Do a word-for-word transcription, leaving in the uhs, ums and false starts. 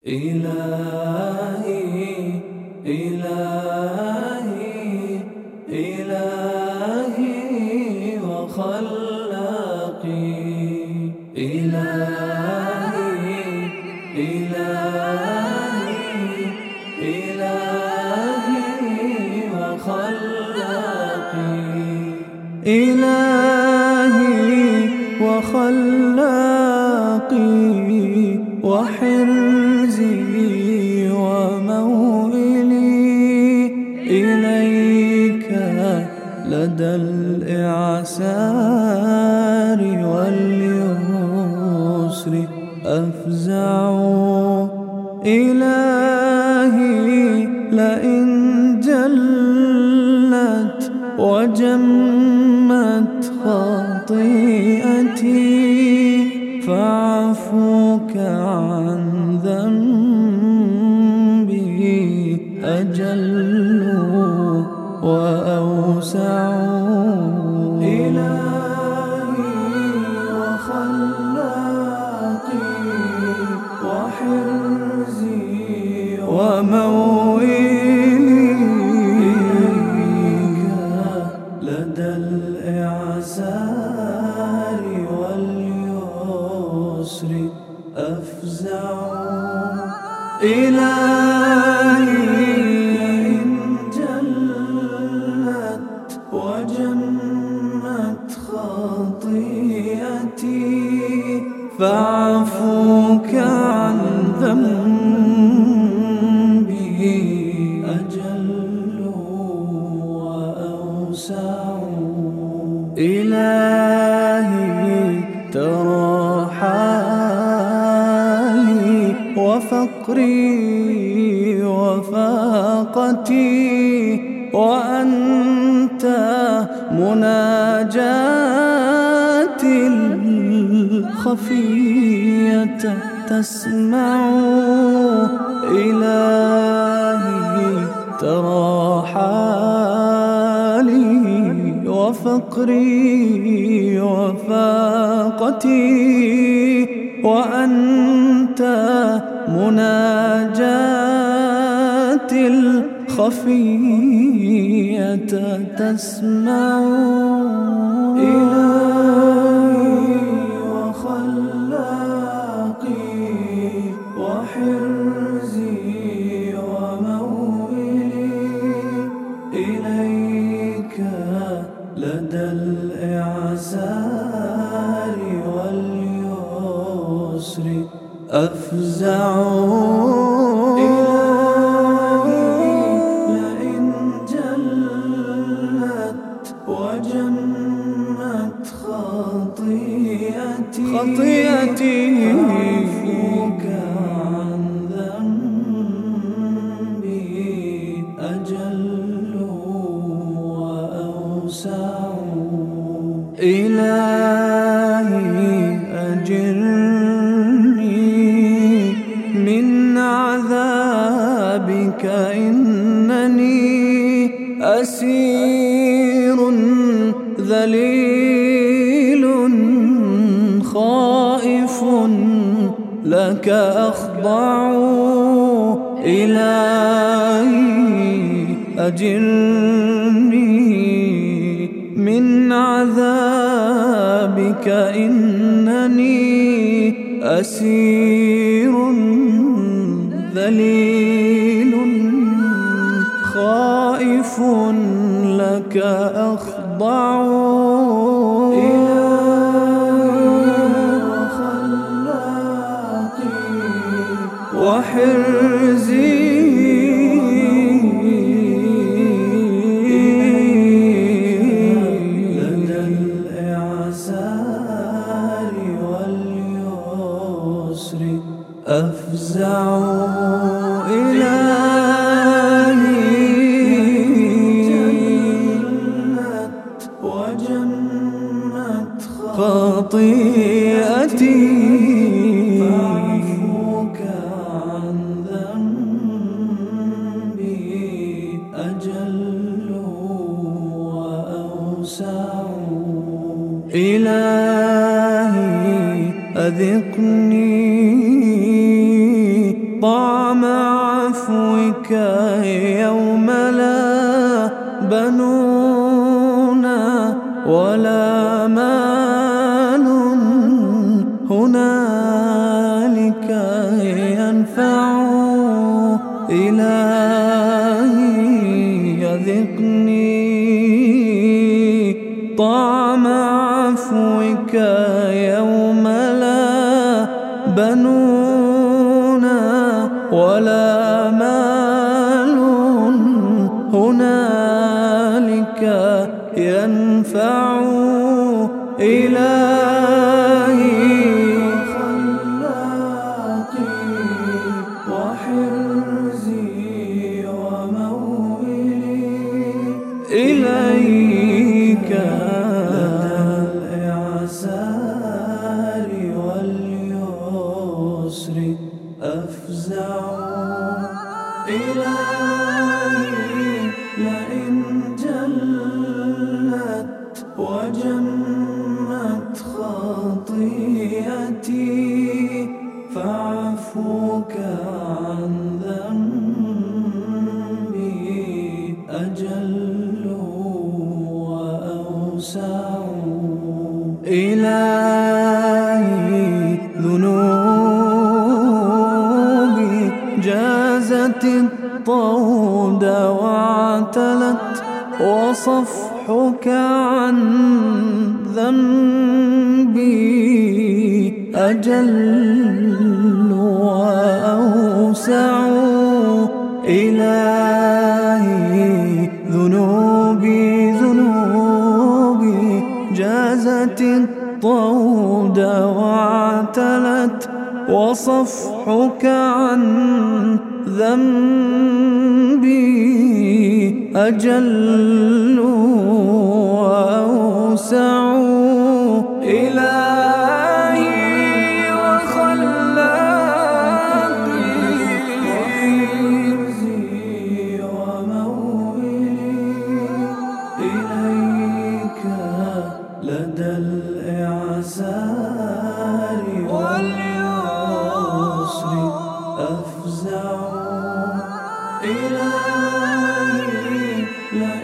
إلهي إلهي إلهي وخلاقي إلهي إلهي إلهي وخلاقي إلهي وخلاقي وحرزي وموئلي إليك لدى الإعسار واليسر أفزع إلهي لئن جلت وجمت خطيئتي فاعفوك عن ذنبي أجل وأوسع إلهي وخلاقي وحرزي وموئلي لدى الإعسار واليسر أفزع إلهي إن جلت وجمت خطيئتي فاعفوك عن ذنبي أجل وأوسع إلهي ترى حالي وفقري وفاقتي وأنت مناجاتي الخفية تسمع إلهي ترى حالي وفقري وفاقتي وأنت مناجاتي الخفية تسمع إلهي وخلاقي وحرزي وموئلي إليك لدى الإعسار واليسر أفزع إلهي لئن جلت وجمت خطيئتي خطيئتي فاعفوك عن ذنبي أجل وأوسع إلهي أجرني من عذابك إنني أسير ذليل خائف لك أخضع إلهي أجرني من عذابك إنني أسير ذليل خائف لك أخضع إلهي وخلاقي وحرزي لدى الإعسار واليسر أفزع خطيئتي فاعفوك عن ذنبي أجل وأوسع إلهي أذقني طعم عفوك يوم لا بنونا ولا مال هنالك ينفع. إلهي ذقني طعم عفوك يوم لا بنونا ولا مال هنالك ينفع. إلهي خلاقي وحرزي وموئلي إليك لدى الإعسار واليسر أفزع. إلهي لئن جلت وجمت خطيئتي فعفوك عن ذنبي أجل وأوسع. إلهي ذنوبي جازت الطود واعتلت وصفحك عن ذنبي أجل وأوسع. إلهي ذنوبي ذنوبي جازت الطود واعتلت وصفحك عن ذنبي أجل وأوسع. إلهي وخلاقي وحرزي وموئلي إليك لدى الإعسار واليسر أفزع. إلهي